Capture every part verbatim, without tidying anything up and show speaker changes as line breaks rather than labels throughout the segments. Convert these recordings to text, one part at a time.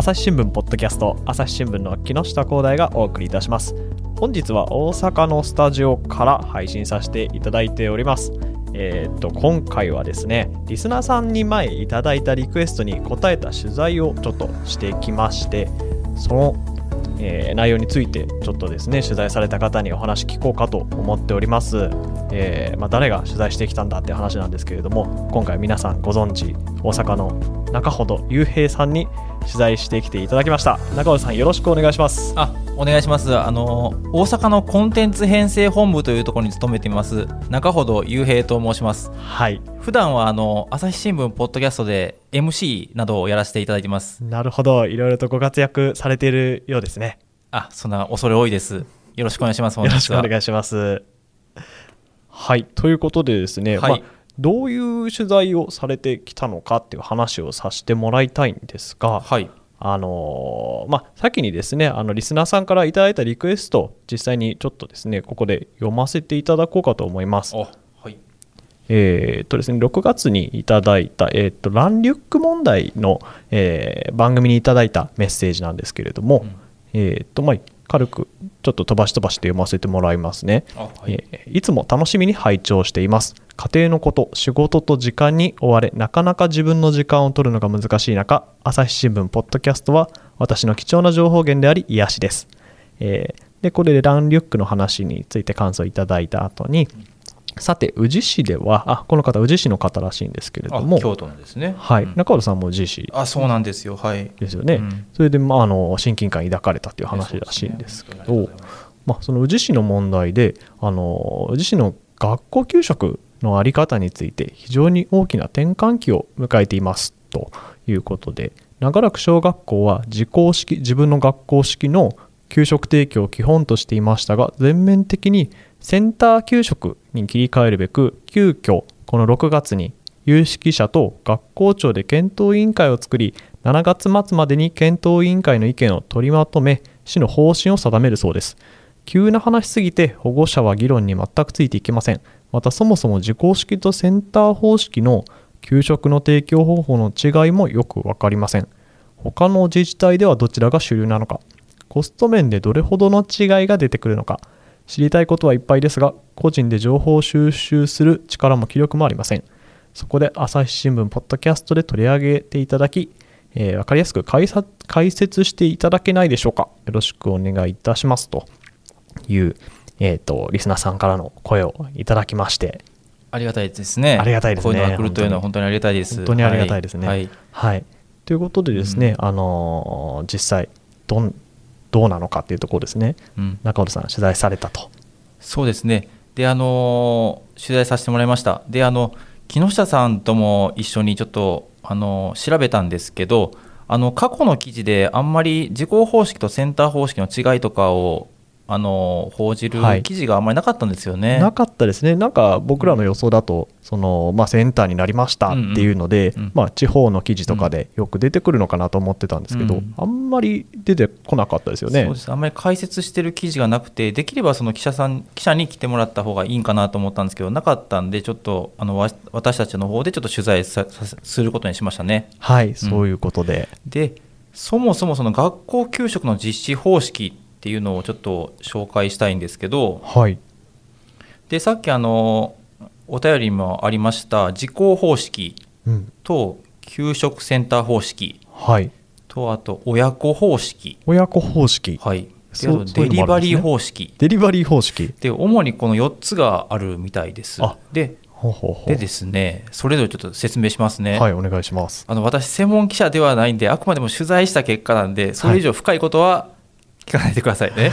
朝日新聞ポッドキャスト、朝日新聞の木下光大がお送りいたします。本日は大阪のスタジオから配信させていただいております。えー、っと今回はですね、リスナーさんに前いただいたリクエストに答えた取材をちょっとしてきまして、その、えー、内容についてちょっとですね、取材された方にお話聞こうかと思っております。えーまあ、誰が取材してきたんだって話なんですけれども、今回皆さんご存知、大阪の中ほど雄平さんに取材してきていただきました。中ほどさん、よろしくお願いします。
あ、お願いします。あの大阪のコンテンツ編成本部というところに勤めています中ほど雄平と申します。
はい。
普段はあの朝日新聞ポッドキャストで エムシー などをやらせていただいてます。
なるほど、いろいろとご活躍されているようですね。
あ、そんな恐れ多いです。よろしくお願いします。
よろしくお願いします。はい、ということでですね、はい、まあ、どういう取材をされてきたのかっていう話をさせてもらいたいんですが、
はい、
あのーまあ、先にですね、あのリスナーさんからいただいたリクエストを実際にちょっとですね、ここで読ませていただこうかと思います。
はい、
えーっとですね、ろくがつにいただいた、えーっとランリュック問題の、えー、番組にいただいたメッセージなんですけれども、うん、えーっとまあ軽くちょっと飛ばし飛ばして読ませてもらいますね。あ、はい、えー、いつも楽しみに拝聴しています。家庭のこと、仕事と時間に追われ、なかなか自分の時間を取るのが難しい中、朝日新聞ポッドキャストは私の貴重な情報源であり癒しです。えー、でこれでランリュックの話について感想いただいた後に、さて宇治市では、あ、この方宇治市の方らしいんですけれども、
京都なんですね。
はい、
うん、
中尾さんも宇治市。
あ、そうなんですよ。はい。
ですよね。うん、それで、まあ、あの親近感抱かれたという話らしいんですけど、ね、まあ、その宇治市の問題で、あの宇治市の学校給食の在り方について非常に大きな転換期を迎えていますということで、長らく小学校は自校式、自分の学校式の給食提供を基本としていましたが、全面的にセンター給食に切り替えるべく、急遽このろくがつに有識者と学校長で検討委員会を作り、しちがつ末までに検討委員会の意見を取りまとめ、市の方針を定めるそうです。急な話しすぎて保護者は議論に全くついていけません。またそもそも自校式とセンター方式の給食の提供方法の違いもよく分かりません。他の自治体ではどちらが主流なのか、コスト面でどれほどの違いが出てくるのか、知りたいことはいっぱいですが、個人で情報を収集する力も気力もありません。そこで朝日新聞ポッドキャストで取り上げていただき、えー、分かりやすく解説、解説していただけないでしょうか。よろしくお願いいたしますという、えーと、リスナーさんからの声をいただきまして、
ありがたいですね。
ありがたいですね。
こういうのが来るというのは本当にありがたいです。
本当にありがたいですね。
はい
はい、ということでですね、うん、あのー、実際どんどうなのかというところですね、うん、中尾さん取材されたと。
そうですね。で、あのー、取材させてもらいました。で、あの木下さんとも一緒にちょっと、あのー、調べたんですけど、あの過去の記事であんまり自校方式とセンター方式の違いとかをあの報じる記事があんまりなかったんですよね。
はい、なかったですね。なんか僕らの予想だと、その、まあ、センターになりましたっていうので、うんうん、まあ、地方の記事とかでよく出てくるのかなと思ってたんですけど、うん、あんまり出てこなかったですよね。
そうです。あんまり解説してる記事がなくて、できればその記者さん記者に来てもらった方がいいんかなと思ったんですけど、なかったんで、ちょっとあの私たちの方でちょっと取材さすることにしましたね。
はい、そういうことで、
うん、でそもそもその学校給食の実施方式っていうのをちょっと紹介したいんですけど、
はい、
でさっきあのお便りにもありました自校方式と給食センター方式、
はい、
とあと親子方式、
親子方式、
はい、であとデリバリー方式、
デリバリー方式
で主にこのよっつがあるみたいです。
あ、
で
ほうほうほう。
でですね、それぞれちょっと説明しますね。
はい、お願いします。
あの私専門記者ではないんで、あくまでも取材した結果なんで、それ以上深いことは聞かないでくださいね。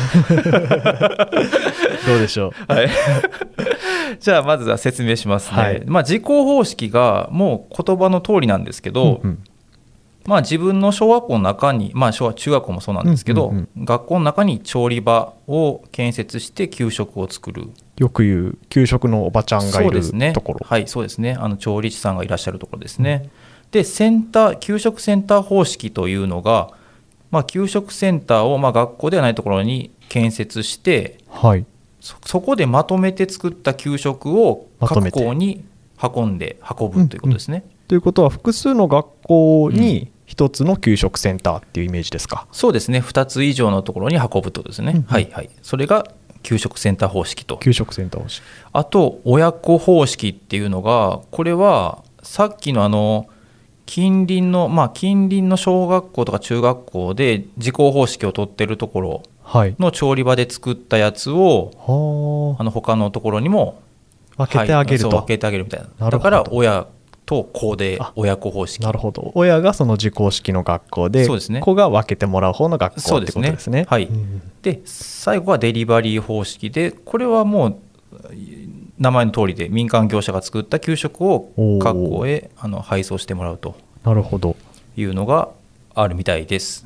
どうでしょう。
はい、じゃあまずは説明しますね。はい、まあ、自校方式がもう言葉の通りなんですけど、うんうん、まあ、自分の小学校の中に、まあ、小中学校もそうなんですけど、うんうんうん、学校の中に調理場を建設して給食を作る。
よく言う給食のおばちゃんがいるところ。
はい、そうですね。あの調理師さんがいらっしゃるところですね。うん、でセンター給食センター方式というのが、まあ、給食センターをまあ学校ではないところに建設して、
はい、
そ, そこでまとめて作った給食を各校に運んで運ぶということですね。
うんうん、ということは複数の学校に一つの給食センターっていうイメージですか？
そうですね、ふたつ以上のところに運ぶってことですね、
うんうん、
はいはい、それが給食センター方式と。
給食センター方式。
あと親子方式っていうのが、これはさっきのあの近隣の、まあ、近隣の小学校とか中学校で自校方式を取ってるところの調理場で作ったやつを、はい、あの他のところにも
分けてあげると、
はい、そう分けてあげるみたいな。だから親と子で親子方式。
なるほど。親がその自校式の学校で、そうですね、子が分けてもらう方の学校ってことですね。
はい、うん、で最後はデリバリー方式で、これはもう名前の通りで民間業者が作った給食を各校へあの配送してもらうというのがあるみたいです。
うん、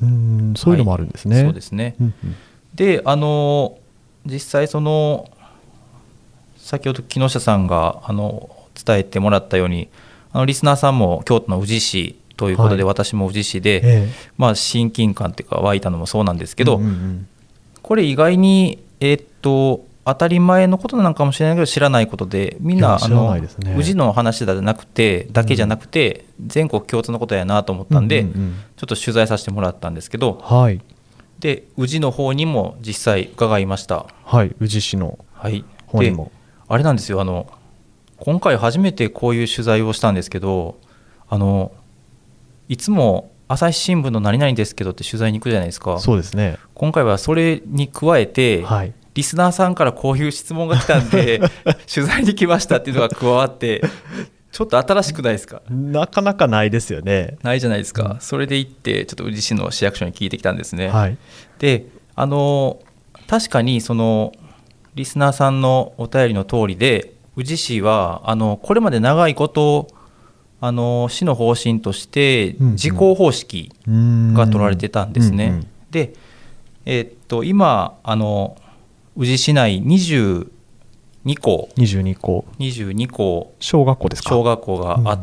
そういうのもあるんですね。
はい、そうですね、うんうん、であの実際その先ほど木下さんがあの伝えてもらったように、あのリスナーさんも京都の宇治市ということで、はい、私も宇治市で、ええ、まあ、親近感というか湧いたのもそうなんですけど、うんうんうん、これ意外に、えー、っと当たり前のことなのかもしれないけど知らないことで、みんなあの宇治の話だなくてだけじゃなくて、うん、全国共通のことやなと思ったんで、うんうんうん、ちょっと取材させてもらったんですけど、はい、で宇治の方にも実際伺いました。
はい、宇治市の方にも、
はい、あれなんですよ、あの今回初めてこういう取材をしたんですけど、あのいつも朝日新聞の何々ですけどって取材に行くじゃないですか。
そうですね。
今回はそれに加えて、はい、リスナーさんからこういう質問が来たんで取材に来ましたっていうのが加わってちょっと新しくないですか？
なかなかないですよね。
ないじゃないですか、うん、それで行ってちょっと宇治市の市役所に聞いてきたんですね。
はい、
であの確かにそのリスナーさんのお便りの通りで、宇治市はあのこれまで長いことあの市の方針として自校方式が取られてたんですね。うんうん、で、えー、っと今あの宇治市内にじゅうにこ
にじゅうにこ
にじゅうにこ
小学校ですか？
小学校があって、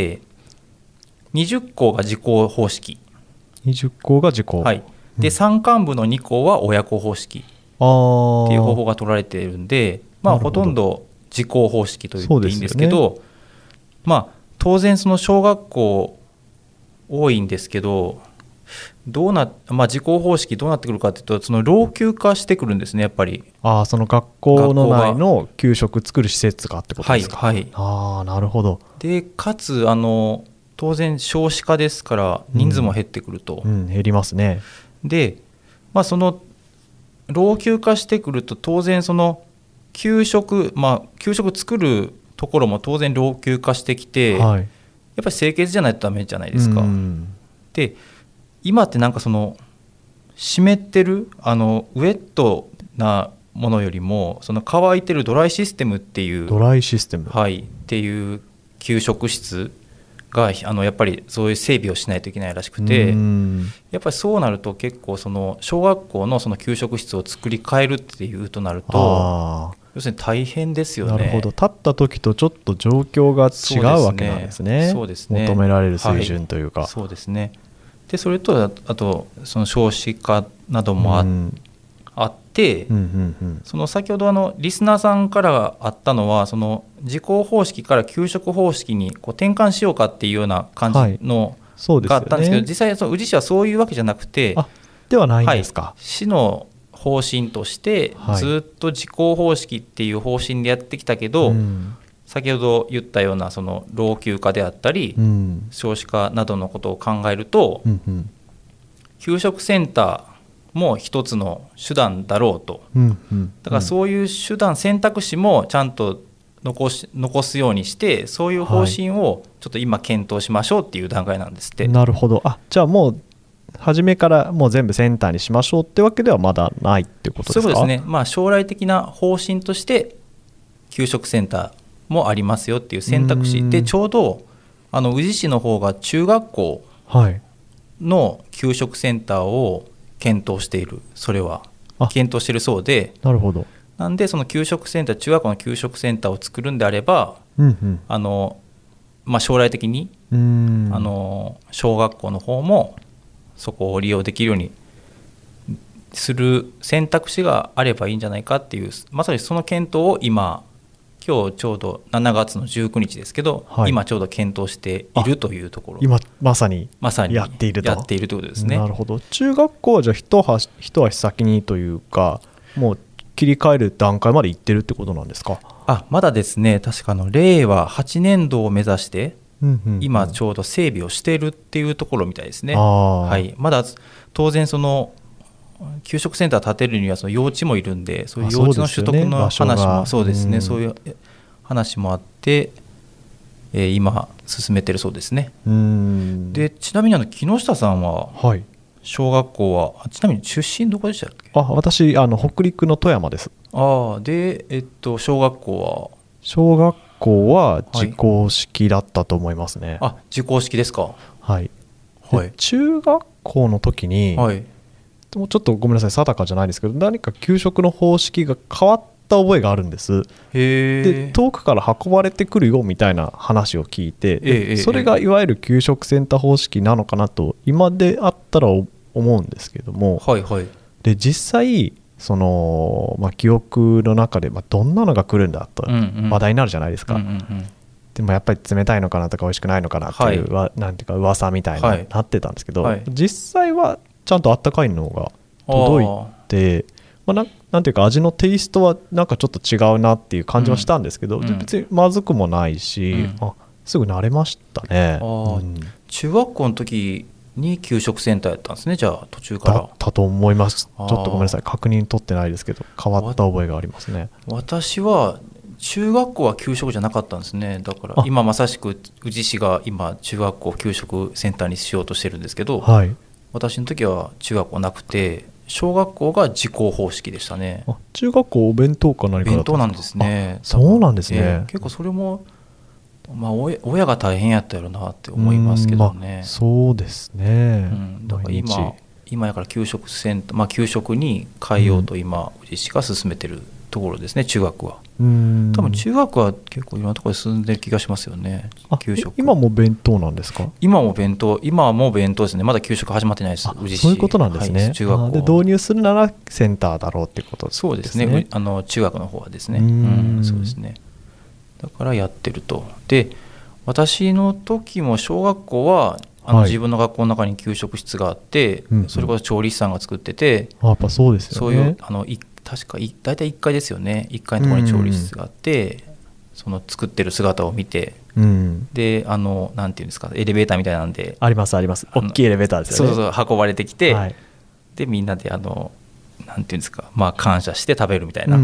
うん、にじゅっこが自校方式、
にじゅっこが自校、
はい、で山間部のにこは親子方式っていう方法が取られているんで、まあ、ほとんど自校方式と言っていいんですけど、ね、まあ、当然その小学校多いんですけど、どうな、まあ、自校方式どうなってくるかというと、その老朽化してくるんですね、やっぱり。
ああ、その学校の内の給食作る施設がってことですか？
はいはい、
ああ、なるほど。
でかつあの当然少子化ですから人数も減ってくると、
うんうん、減りますね。
で、まあ、その老朽化してくると当然その給食、まあ、給食作るところも当然老朽化してきて、はい、やっぱり清潔じゃないとダメじゃないですか。うん、で今ってなんかその湿ってるあのウェットなものよりもその乾いてるドライシステムっていう
ドライシステム、
はい、っていう給食室があのやっぱりそういう整備をしないといけないらしくて、やっぱりそうなると結構その小学校のその給食室を作り変えるっていうとなると要するに大変ですよね。
なるほど。立った時とちょっと状況が違うわけなんですね。
そうですね。
求められる水準というか、
はい、そうですね。でそれとあとその少子化なども あ,、うん、あって、うんうんうん、その先ほどあのリスナーさんからあったのはその自校方式から給食方式にこう転換しようかっていうような感じの、はい、そうですよね、があったんですけど、実際その宇治市はそういうわけじゃなくて、
あではないんですか、
はい、市の方針としてずっと自校方式っていう方針でやってきたけど、はい、うん、先ほど言ったようなその老朽化であったり、うん、少子化などのことを考えると、うんうん、給食センターも一つの手段だろうと、うんうん、だからそういう手段選択肢もちゃんと残し、残すようにしてそういう方針をちょっと今検討しましょうっていう段階なんですって、
はい、なるほど。あ、じゃあもう初めからもう全部センターにしましょうってわけではまだないってことですか？
そうですね、まあ、将来的な方針として給食センターもありますよっていう選択肢で、ちょうどあの宇治市の方が中学校の給食センターを検討している、それは検討しているそうで、
なるほど。
なんでその給食センター、中学校の給食センターを作るんであれば、うんうん、あのまあ、将来的にあの小学校の方もそこを利用できるようにする選択肢があればいいんじゃないかっていう、まさにその検討を今今日ちょうどしちがつのじゅうくにちですけど、
はい、
今ちょうど検討しているというところ、
今まさに
まさに
やっていると
やっているということですね。
なるほど。中学校はじゃあ一足一足先にというか、もう切り替える段階まで行ってるってことなんですか？
あ、まだですね、確かのれいわはちねんどを目指して、
うんうんうん、
今ちょうど整備をしているっていうところみたいですね。
あ、
はい、まだ当然その給食センター建てるにはその幼稚もいるんで、そういう幼稚の取得の話もそうですね、そういう話もあって、えー、今進めてるそうですね。
うん、
でちなみにあの木下さんは、
はい、
小学校はちなみに出身どこでしたっけ？
あ、私あの北陸の富山です。
あで、えっと、小学校は
小学校は自校式だったと思いますね。
はい、あ、自校式ですか。
はい、
はい、
中学校の時に、はい、もうちょっとごめんなさい定かじゃないですけど、何か給食の方式が変わった覚えがあるんです。
へ
で遠くから運ばれてくるよみたいな話を聞いて、
ええ、
それがいわゆる給食センター方式なのかなと今であったら思うんですけども、
はいはい、
で実際その、まあ、記憶の中で、まあ、どんなのが来るんだと話題になるじゃないですか、
うんうんうんうん、
でもやっぱり冷たいのかなとか美味しくないのかなっていう、はい、なんていうか噂みたいになってたんですけど、はい、実際はちゃんとあったかいのが届いて、まあ、な, なんていうか味のテイストはなんかちょっと違うなっていう感じはしたんですけど、うん、別にまずくもないし、うん、あすぐ慣れましたね。
あ、うん、中学校の時に給食センターやったんですね。じゃあ途中から
だったと思います。ちょっとごめんなさい確認取ってないですけど変わった覚えがありますね。
私は中学校は給食じゃなかったんですね。だから今まさしく宇治市が今中学校給食センターにしようとしてるんですけど、はい、私の時は中学校なくて小学校が自校方式でしたね。
あ、中学校お弁当か何かだったんですか？
弁当なんですね。
そうなんですね、え
ー、結構それも、まあ、親が大変やったやろなって思いますけどね、
まあ、そうですね、
うん、だから今今やから給食センター、まあ、給食に変えようと今宇治市が進めてるところですね。中学はうん多分中学は結構いろんなところで進んでる気がしますよね。給食
今も弁当なんですか？
今も弁当今はもう弁当ですね。まだ給食始まってないです。宇治市
そういうことなんですね、はい、
中学校
で導入するならセンターだろうってことですね。
そうですね、あの中学の方はですね、うん、そうですね。だからやってると。で私の時も小学校はあの、はい、自分の学校の中に給食室があって、うんうん、それこそ調理師さんが作ってて、
あやっぱそうですよね。
そういうあのい確か大体いっかいですよね。いっかいのところに調理室があって、うん、その作ってる姿を見て、うん、であのなんていうんですかエレベーターみたいなんで
ありますあります大きいエレベーターですよね。
そうそう運ばれてきて、
はい、
でみんなであのなんていうんですか、まあ、感謝して食べるみたいな、うん、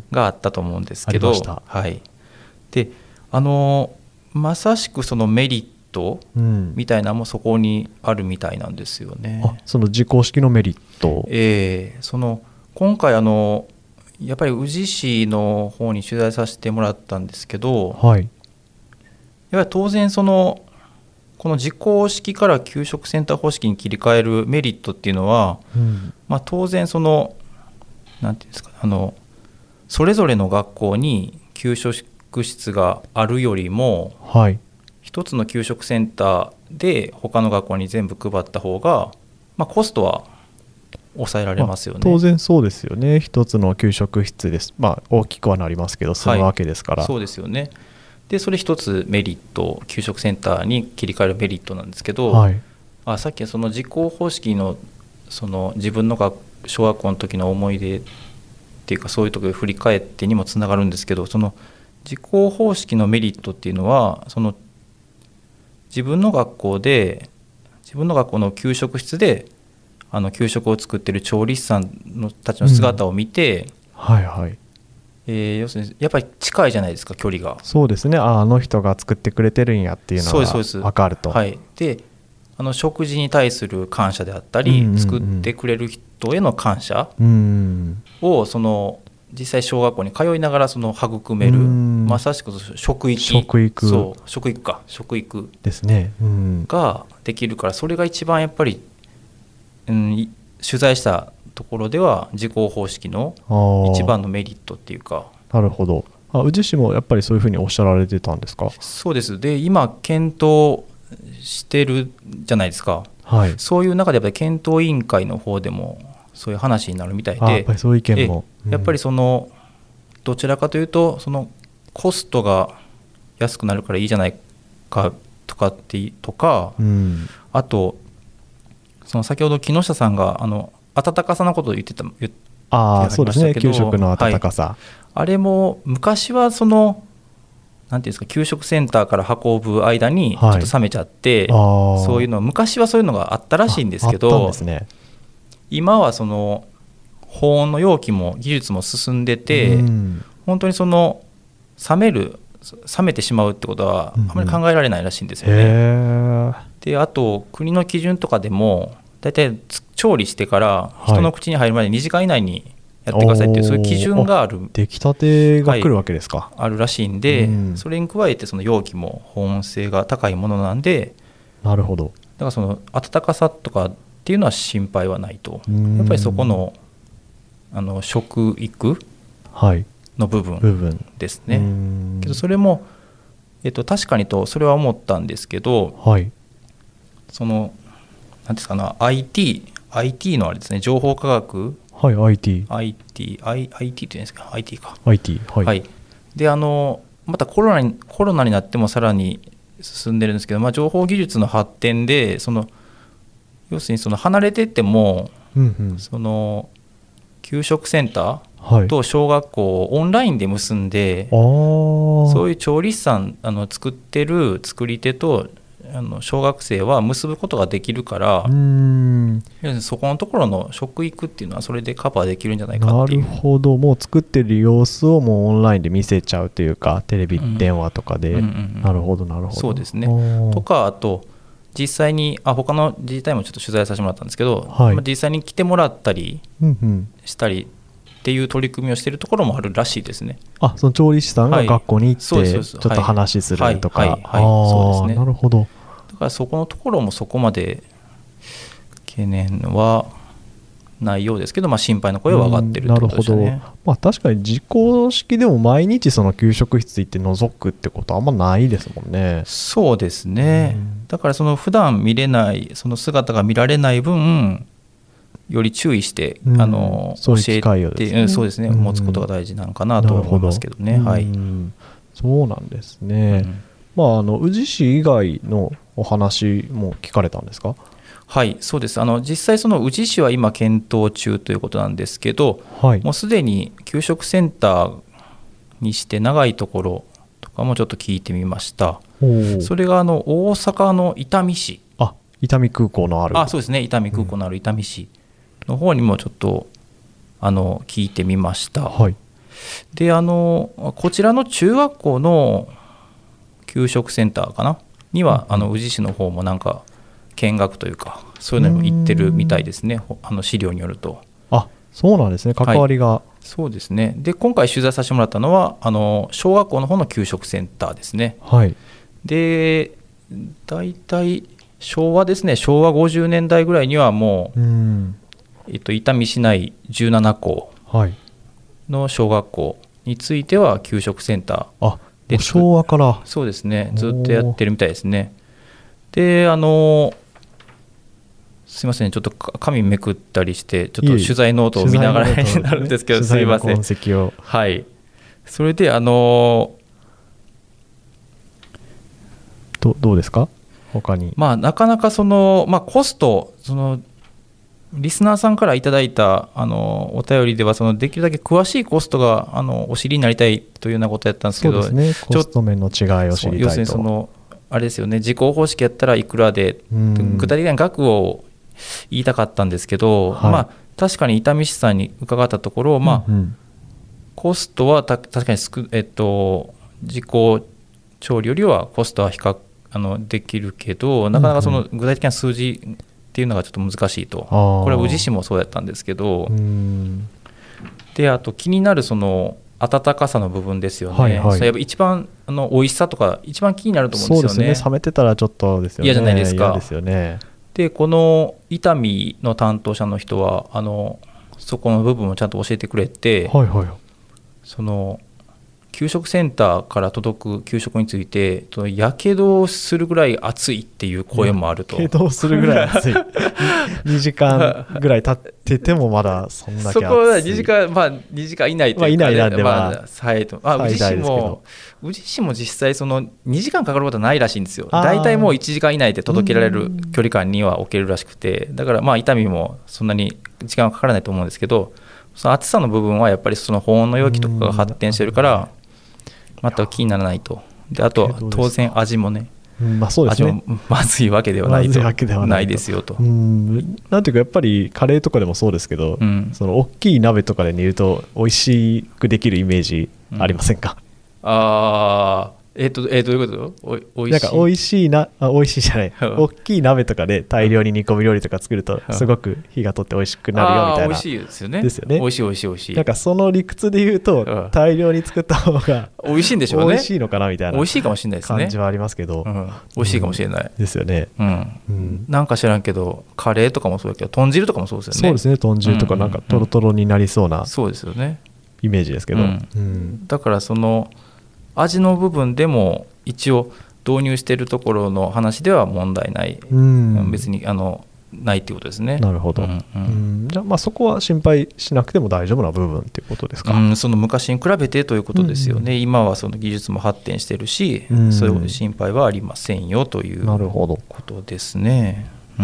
があったと思うんですけど、はい、であのまさしくそのメリットみたいなのもそこにあるみたいなんですよね、
うん、あその自公式のメリット、
えー、その今回あのやっぱり宇治市の方に取材させてもらったんですけど、はい、やっぱり当然そのこの自公式から給食センター方式に切り替えるメリットっていうのは、うんまあ、当然そのなんていうんですか、あのそれぞれの学校に給食室があるよりも、はい、一つの給食センターで他の学校に全部配った方が、まあ、コストは抑えられますよね。
まあ、当然そうですよね。一つの給食室です、まあ、大きくはなりますけど済むわけですから、
はい、そうですよね。でそれ一つメリット、給食センターに切り替えるメリットなんですけど、はい、あさっきその自校方式 の, その自分のが小学校の時の思い出っていうかそういうところを振り返ってにもつながるんですけど、その自校方式のメリットっていうのはその自分の学校で自分の学校の給食室であの給食を作ってる調理師さんのたちの姿を見て、うんはいはいえー、要するにやっぱり近いじゃないですか、距離が。
そうですね、 あ, あの人が作ってくれてるんやっていうのが分かると。
はい、であの食事に対する感謝であったり、うんうんうん、作ってくれる人への感謝をその実際小学校に通いながらその育める、まさしく食育
食育
そう食育か食育
ですね、うん、
ができるから、それが一番やっぱり、うん、取材したところでは自校方式の一番のメリットっていうか。
なるほど。あ宇治市もやっぱりそういうふうにおっしゃられてたんですか？
そうです。で今検討してるじゃないですか、はい、そういう中でやっぱり検討委員会の方でもそういう話になるみたいで、
あやっぱりそういう意見も、
うん、やっぱりそのどちらかというとそのコストが安くなるからいいじゃないかとかってとか、
うん、
あとその先ほど木下さんがあの温かさのことを言ってた言って
ああそうですね、
けど
給食の温かさ、
はい、あれも昔はそのなんていうんですか、給食センターから運ぶ間にちょっと冷めちゃって、はい、そういうの昔はそういうのがあったらしいんですけど、あったんですね。今はその保温の容器も技術も進んでて、うん、本当にその冷める冷めてしまうってことはあまり考えられないらしいんですよね、うんうん、であと国の基準とかでもだいたい調理してから人の口に入るまでにじかん以内にやってくださいっていう、そういう基準がある、
出来たてが来るわけですか、
はい、あるらしいんで、うん、それに加えてその容器も保温性が高いものなんで、
なるほど、
だからその温かさとかっていうのは心配はないと、やっぱりそこの、あの食育の部分ですね、はい、けどそれも、えっと、確かにとそれは思ったんですけど、はい、そのなんですかな アイティー アイティー のあれですね、情報科学、
はい、アイティー
アイティー アイティー って言うんですか、 アイティー か
アイティー はい、
はい、であのまたコロナにコロナになってもさらに進んでるんですけど、まあ、情報技術の発展でその要するにその離れてっても、うんうん、その給食センターと小学校をオンラインで結んで、はい、そういう調理師さんあの作ってる作り手とあの小学生は結ぶことができるから、うーん、そこのところの食育っていうのはそれでカバーできるんじゃないかっていう。
なるほど、もう作ってる様子をもうオンラインで見せちゃうというか、テレビ電話とかで、うんうんうん、なるほどなるほど、
そうですね。とかあと実際にあ他の自治体もちょっと取材させてもらったんですけど、はい、実際に来てもらったりしたりっていう取り組みをしているところもあるらしいですね。
あ、その調理師さんが学校に行ってちょっと話するとか、はいはいはいはい、そうですね。なるほど。
だからそこのところもそこまで懸念はないようですけど、まあ、心配の声は上がってるってことですね。
なるほど、まあ、確かに自公式でも毎日その給食室行って覗くってことはあんまないですもんね。
そうですね、うん、だからその普段見れないその姿が見られない分より注意して、うん、あの
そういう機会を
ですね、そうですね、うん、持つことが大事なのかなと思いますけどね。はい、うん、
そうなんですね、うん、まあ、あの宇治市以外のお話も聞かれたんですか？
はい、そうです。あの実際その宇治市は今検討中ということなんですけど、はい、もうすでに給食センターにして長いところとかもちょっと聞いてみました。それがあの大阪の伊丹市、
あ、伊丹空港のある、
あ、そうですね、伊丹空港のある伊丹市の方にもちょっとあの聞いてみました。はい、であのこちらの中学校の給食センターかなには、うん、あの宇治市の方もなんか見学というかそういうのにも行ってるみたいですね、あの資料によると。
あ、そうなんですね、関わりが、はい、
そうですね。で今回取材させてもらったのはあの小学校の方の給食センターですね。はい、でだいたい昭和ですね、昭和ごじゅうねんだいぐらいにはもう、うんえっと、伊丹市内じゅうななこの小学校については給食センター、
あ、で昭和から、
そうですね、ずっとやってるみたいですね。であのすいません、ちょっと紙めくったりしてちょっと取材ノートを見ながらになるんですけど、すいません。はい、それであの
ど, どうですか他に。
まあ、なかなかその、まあ、コストそのリスナーさんからいただいたあのお便りではそのできるだけ詳しいコストがあのお知りになりたいというようなことやったんですけど、
そうですね、コスト面の違いを知りたいと。
要するにそのあれですよね、時効方式やったらいくらで、具体的な額を言いたかったんですけど、はい、まあ、確かに伊丹市さんに伺ったところ、まあうんうん、コストはた確かにすく、えっと、時効調理よりはコストは比較あのできるけど、なかなかその具体的な数字っていうのがちょっと難しいと、これは宇治市もそうやったんですけど、うんであと気になるその温かさの部分ですよね、はいはい、それやっぱ一番あの美味しさとか一番気になると思うんですよね。
そうですね、冷めてたらちょっとですよね、
嫌じゃないですか。
嫌ですよね。
でこの伊丹の担当者の人はあのそこの部分をちゃんと教えてくれて、はいはい、その給食センターから届く給食についてやけどするぐらい暑いっていう声もあると。
やけどするぐらい暑いにじかんぐらい経っててもまだそんだけ暑い。
そこはにじかん、まあ、にじかん以内というか、ね、
まあ、以内なんで、まあ、
最と、まあ、宇治市も宇治市も実際そのにじかんかかることはないらしいんですよ。だいたいもういちじかん以内で届けられる距離感には置けるらしくて、だからまあ伊丹もそんなに時間はかからないと思うんですけど、その暑さの部分はやっぱりその保温の容器とかが発展してるからまた気にならないと。であと当然味もね、
うんまあそうですね、
味もまずいわけではないと、ないですよと。
うんなんていうかやっぱりカレーとかでもそうですけど、うん、その大きい鍋とかで煮ると美味しくできるイメージありませんか？
うん、ああえっと、えー、どういうこと？おいしい、
なんか美味しいな、あ、美味しいじゃない大きい鍋とかで大量に煮込み料理とか作るとすごく火が通って美味しくなるよみたいな。
美味しいですよね。
ですよね。
美味しい美味しい美味しい。
なんかその理屈で言うと大量に作った方が
美味しいんでしょうね。
美味しいのかなみたいな
美味しいかもしれないですね。
感じはありますけど、
うん、美味しいかもしれない、
うん、ですよね、
うんうん、なんか知らんけどカレーとかもそうだけど豚汁とかもそうですよね。
そうですね、豚汁とかなんかトロトロになりそうな、
そうですよね、
イメージですけど、
うんうん、だからその味の部分でも一応導入しているところの話では問題ない、うん、別にあのないっていうことですね。
なるほど、うんうん、じゃあまあそこは心配しなくても大丈夫な部分っていうことですか？
うん、その昔に比べてということですよね、うん、今はその技術も発展しているし、うん、そういう心配はありませんよということですね。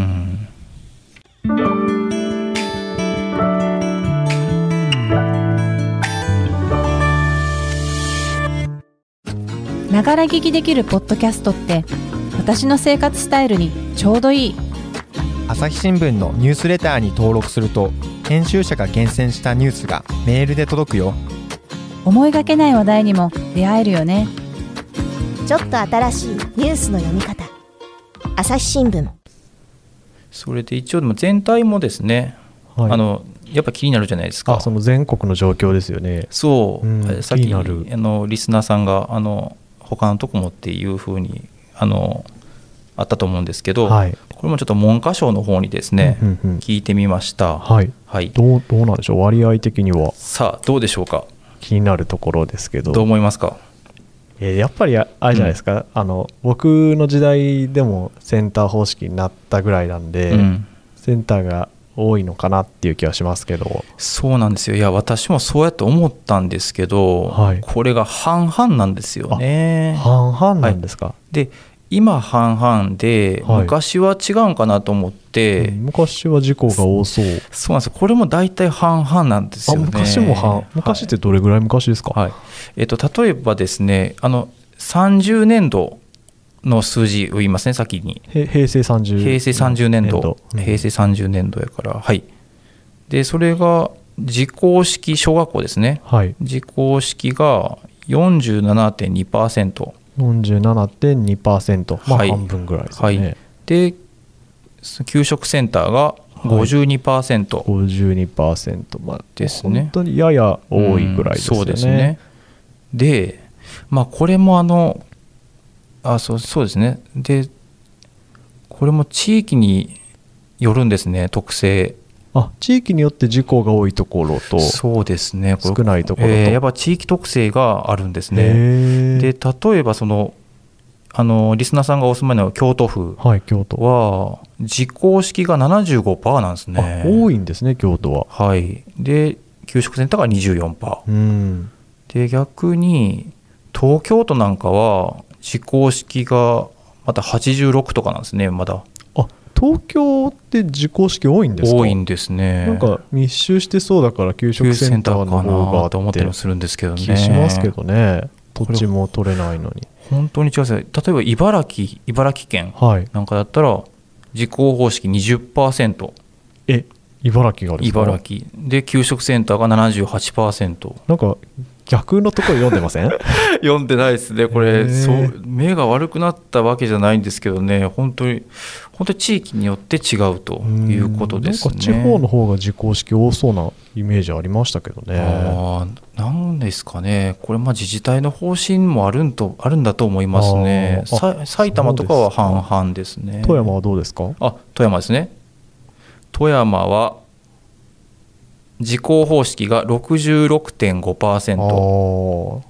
ながら聞きできるポッドキャストって私の生活スタイルにちょうどいい。
朝日新聞のニュースレターに登録すると編集者が厳選したニュースがメールで届くよ。
思いがけない話題にも出会えるよね。
ちょっと新しいニュースの読み方、朝日新聞。
それで一応でも全体もですね、はい、あのやっぱ気になるじゃないですか。
あ、その全国の状況ですよね。
そう、
うん、
さっきあのリスナーさんがあの他のとこもっていうふうにあのあったと思うんですけど、はい、これもちょっと文科省の方にですね、うんうんうん、聞いてみました。
はいはい、どう、どうなんでしょう、割合的には。
さあどうでしょうか。
気になるところですけど。
どう思いますか。
えー、やっぱりあれじゃないですか、うん、あの僕の時代でもセンター方式になったぐらいなんで、うん、センターが多いのかなっていう気はしますけど。
そうなんですよ。いや私もそうやって思ったんですけど、はい、これが半々なんですよね。
半々なんですか。はい、
で今半々で、はい、昔は違うんかなと思って、
うん、昔は事故が多そう。
そうなんですよ。これも大体半々なんですよね。
あ、昔も半、昔ってどれぐらい昔ですか。
はい、えーと、例えばですね、あのさんじゅうねんどの数字を言いますね、先に。
平成さんじゅう
平成さんじゅうねんど、うん、平成さんじゅうねんどやから、はい。でそれが自公式小学校ですね、はい、自公式が よんじゅうななてんにパーセント、
よんじゅうななてんにパーセント、まあ半分ぐらいですね。はいはい、
で給食センターが ごじゅうにパーセント、はい、
ごじゅうにパーセント、まあ、
ですね。
本当にやや多いぐらいですよね。
うん、そうですね。で、まあ、これもあのあそう、そうですね。でこれも地域によるんですね、特性。
あ、地域によって事故が多いところと
そうですね、
少ないところと、
えー、やっぱ地域特性があるんですね。で例えばそのあのリスナーさんがお住まいの京都府は、はい、京都は自公式が ななじゅうごパーセント なんですね。
あ、多いんですね、京都は。
はい。で給食センターが にじゅうよんパーセント、うん、で逆に東京都なんかは自公式がまたはちじゅうろくとかなんですね。まだ
あ、東京って自公式多いんですか。
多いんですね。
なんか密集してそうだから給食センターの方が
と思ったりもするんですけどね。
気しますけどね。土地も取れないのに。
本当に違うですね。例えば茨城茨城県なんかだったら自公方式 にじゅっパーセント、
え茨城がですか。
茨城で給食センターが ななじゅうはちパーセント。
なんか逆のところ読んでません
読んでないですねこれ。そう目が悪くなったわけじゃないんですけどね、本当に本当に地域によって違うということですね。
なんか地方の方が自公式多そうなイメージありましたけどね。
あ、なんですかね、これまあ自治体の方針もあるんとあるんだと思いますね。埼玉とかは半々ですね。
富山はどうですか。
あ、富山ですね。富山は自公方式が ろくじゅうろくてんごパーセント、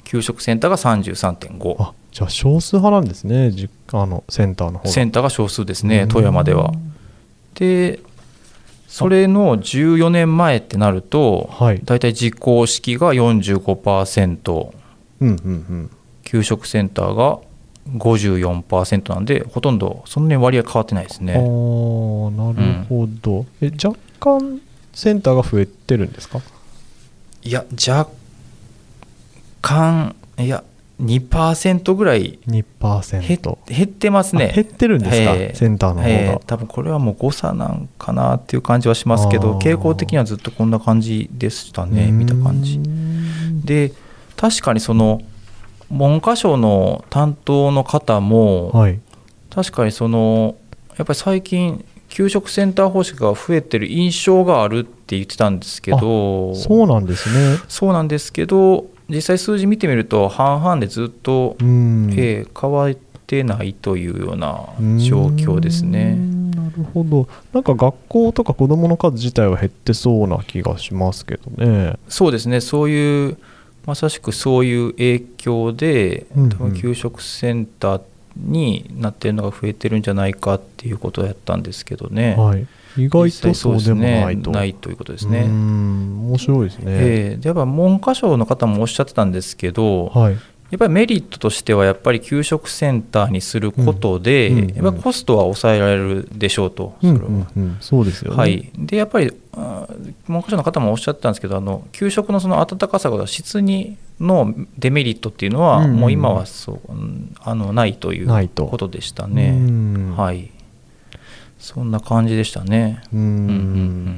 給食センターが さんじゅうさんてんご。
あ、じゃあ少数派なんですね、実家のセンターの方が。
センターが少数ですね、富山では。でそれのじゅうよねんまえってなると、
はい、
だいたい自公式が よんじゅうごパーセント、
うんうんうん、
給食センターが ごじゅうよんパーセント なんで、ほとんどそんなに割合変わってないですね。
ああ、なるほど、うん、え若干センターが増えてるんですか？
いや若干、いや にパーセント ぐらい
にパーセント
減ってますね。
減ってるんですか、えー、センターの方が、えー、
多分これはもう誤差なんかなっていう感じはしますけど、傾向的にはずっとこんな感じでしたね、見た感じで。確かにその文科省の担当の方も、はい、確かにそのやっぱり最近給食センター方式が増えてる印象があるって言ってたんですけど。
そうなんですね。
そうなんですけど、実際数字見てみると半々でずっと、えー、変わってないというような状況ですね。
なるほど。なんか学校とか子どもの数自体は減ってそうな気がしますけどね。
そうですね、そういうまさしくそういう影響で、多分給食センターになっているのが増えてるんじゃないかっていうことをやったんですけどね、
はい、意外とそうでもないと、
ね、ないということですね。
うーん、面白いですね。
えー、でやっぱ文科省の方もおっしゃってたんですけど、はい、やっぱりメリットとしてはやっぱり給食センターにすることで、うんうんうん、やっぱりコストは抑えられるでしょうと、それは、うんうんうん、そうですよね。はい、でやっぱり文科省の方もおっしゃってたんですけど、あの給食のその温かさが質にのデメリットっていうのは、うんうん、もう今はそうあのないということでしたね。はい、そんな感じでしたね。
うーん、うんうんうん、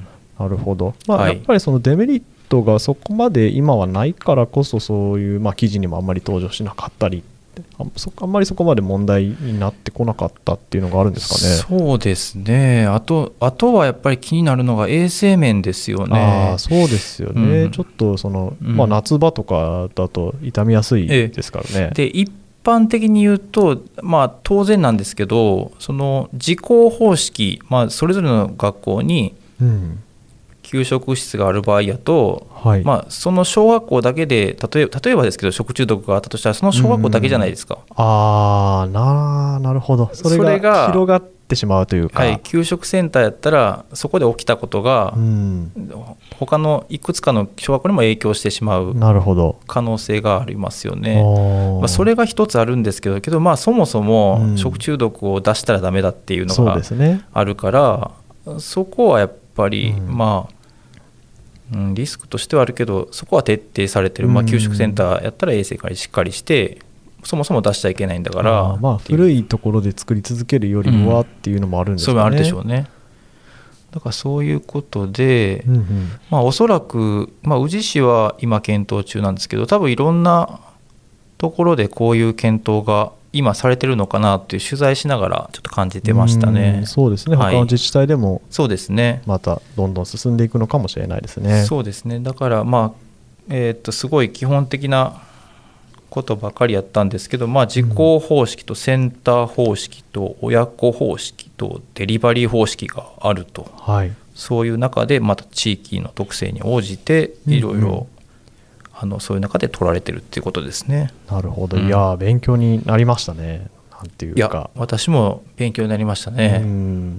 なるほど。まあ、はい、やっぱりそのデメリットがそこまで今はないからこそ、そういう、まあ、記事にもあんまり登場しなかったり、あ, そあんまりそこまで問題になってこなかったっていうのがあるんですかね。
そうですね。あと、あとはやっぱり気になるのが衛生面ですよね。
あ、そうですよね、うん、ちょっとその、まあ、夏場とかだと傷みやすいですからね。ええ、
で一般的に言うと、まあ、当然なんですけど、その自校方式、まあ、それぞれの学校に給食室がある場合やと、はい、まあ、その小学校だけで例え、例えばですけど食中毒があったとしたらその小学校だけじゃないですか。
うん、あー な, なるほど。それが広がってしまうというか、
はい、給食センターやったらそこで起きたことが、うん、他のいくつかの小学校にも影響してしまう可能性がありますよね。まあ、それが一つあるんですけど、けどまあそもそも食中毒を出したらダメだっていうのがあるから、うん、そこはやっぱり、うん、まあうん、リスクとしてはあるけど、そこは徹底されてる、まあ、給食センターやったら衛生管理しっかりして、そもそも出しちゃいけないんだから、
あ、まあ、古いところで作り続けるよりはっていうのもあるんですかね。
うん、そういうのあるでしょうね。だからそういうことで、うんうん、まあ、おそらく、まあ、宇治市は今検討中なんですけど、多分いろんなところでこういう検討が今されてるのかなっていう取材しながらちょっと感じてましたね。
そうですね、他の自治体でも、
そうですね、
またどんどん進んでいくのかもしれないですね。
そうですね。だからまあ、えー、っとすごい基本的なことばかりやったんですけど、まあ、自校方式とセンター方式と親子方式とデリバリー方式があると、はい、そういう中でまた地域の特性に応じていろいろあのそういう中で取られてるっていうことですね。
なるほど。いや、勉強になりましたね。なんていうか、いや、
私も勉強になりましたね。うん、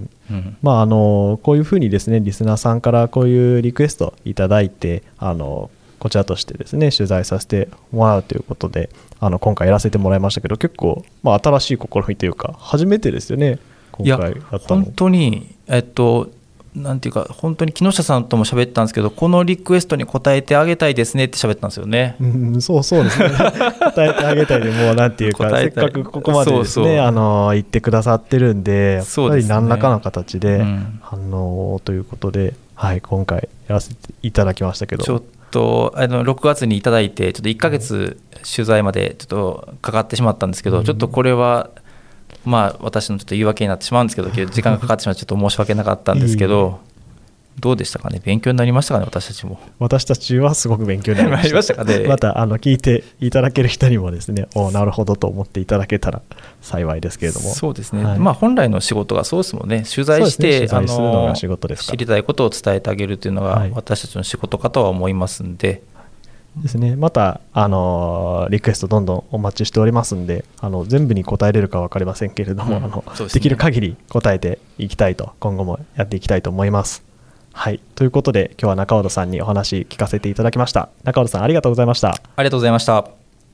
うん、まあ、あのこういうふうにですね、リスナーさんからこういうリクエストいただいて、あのこちらとしてですね取材させてもらうということで、あの今回やらせてもらいましたけど、結構、まあ、新しい試みというか初めてですよね、今回やったの。
本当に、えっとなんていうか、本当に木下さんとも喋ったんですけど、このリクエストに応えてあげたいですねって喋ったんですよね。
うん、そうそうですね答えてあげたいで、もうなんていうかせっかくここまでですね、そうそう、あの言ってくださってるんで、やっぱり何らかの形で反応ということで、はい、今回やらせていただきましたけど、
ちょっとあのろくがつにいただいて、ちょっといっかげつ取材までちょっとかかってしまったんですけど、うん、ちょっとこれはまあ、私のちょっと言い訳になってしまうんですけど、時間がかかってしまってちょっと申し訳なかったんですけどどうでしたかね、勉強になりましたかね。私たちも
私たちはすごく勉強になりました
ましたかね。
またあの聞いていただける人にもですね、おなるほどと思っていただけたら幸いですけれども。
そうですね、はい、まあ、本来の仕事がそうですもんね。取材して、ね、取材するのが仕事ですから、知りたいことを伝えてあげるというのが私たちの仕事かとは思いますんで、
ですね、また、あのリクエストどんどんお待ちしておりますんで、あの全部に答えれるか分かりませんけれども、
うん
あの
そうですね
できる限り答えていきたいと、今後もやっていきたいと思います。はい、ということで今日は中尾さんにお話聞かせていただきました。中尾さんありがとうございました。
ありがとうございました。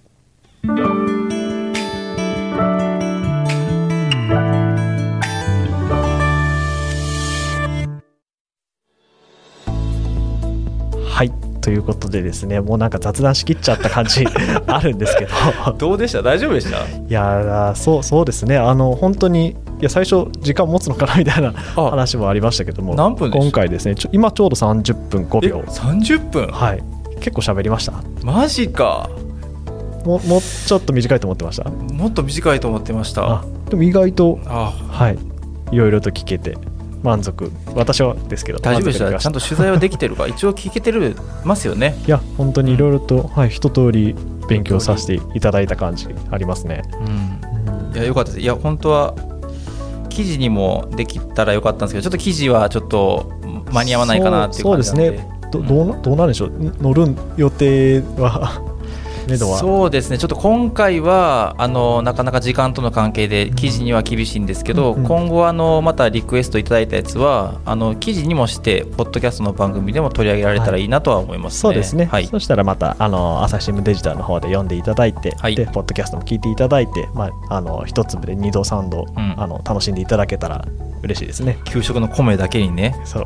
はいということでですね、もうなんか雑談しきっちゃった感じあるんですけど
どうでした？大丈夫でした？
いやそうそうですね、あの本当にいや最初時間持つのかなみたいな
あ
話もありましたけども、
何分でした？
今回ですねちょ今ちょうどさんじゅっぷんごびょう。
えさんじゅっぷん？
はい、結構喋りました。
マジか。
ももうちょっと短いと思ってました。
もっと短いと思ってました。
あでも意外と
あ
はいいろいろと聞けて満足、私はですけど
大丈夫でした？
満足きま
ちゃんと取材はできてるか一応聞けてるますよね。
いや本当にいろいろと、はい、一通り勉強させていただいた感じありますね。
うん、いやよかったです。いや本当は記事にもできたらよかったんですけど、ちょっと記事はちょっと間に合わないかなっていう感じなんで。
そうですね。ど, ど, うなどうなんでしょう、乗る予定は目処は。
そうですね、ちょっと今回はあのなかなか時間との関係で記事には厳しいんですけど、
うんうん、
今後あのまたリクエストいただいたやつはあの記事にもしてポッドキャストの番組でも取り上げられたらいいなとは思いますね。
はい、そうですね、
はい、
そしたらまたあの朝日新聞デジタルの方で読んでいただいて、
はい、
でポッドキャストも聞いていただいて、まあ、あの一粒で二度三度、うん、あの楽しんでいただけたら嬉しいですね。
給食の米だけにね。
そう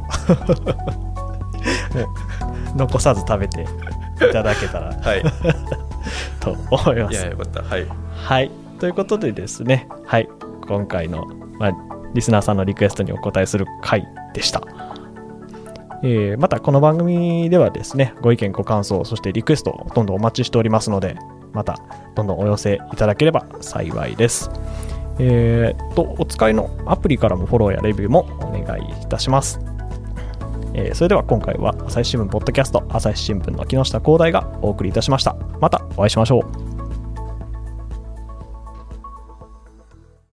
残さず食べていただけたら、はい、と思います。
いやよかった、はい、
はい、ということでですね、はい、今回の、まあ、リスナーさんのリクエストにお答えする回でした。えー、またこの番組ではですね、ご意見ご感想そしてリクエストをどんどんお待ちしておりますので、またどんどんお寄せいただければ幸いです。えー、とお使いのアプリからもフォローやレビューもお願いいたします。えー、それでは今回は朝日新聞ポッドキャスト朝日新聞の木下光大がお送りいたしました。またお会いしましょう。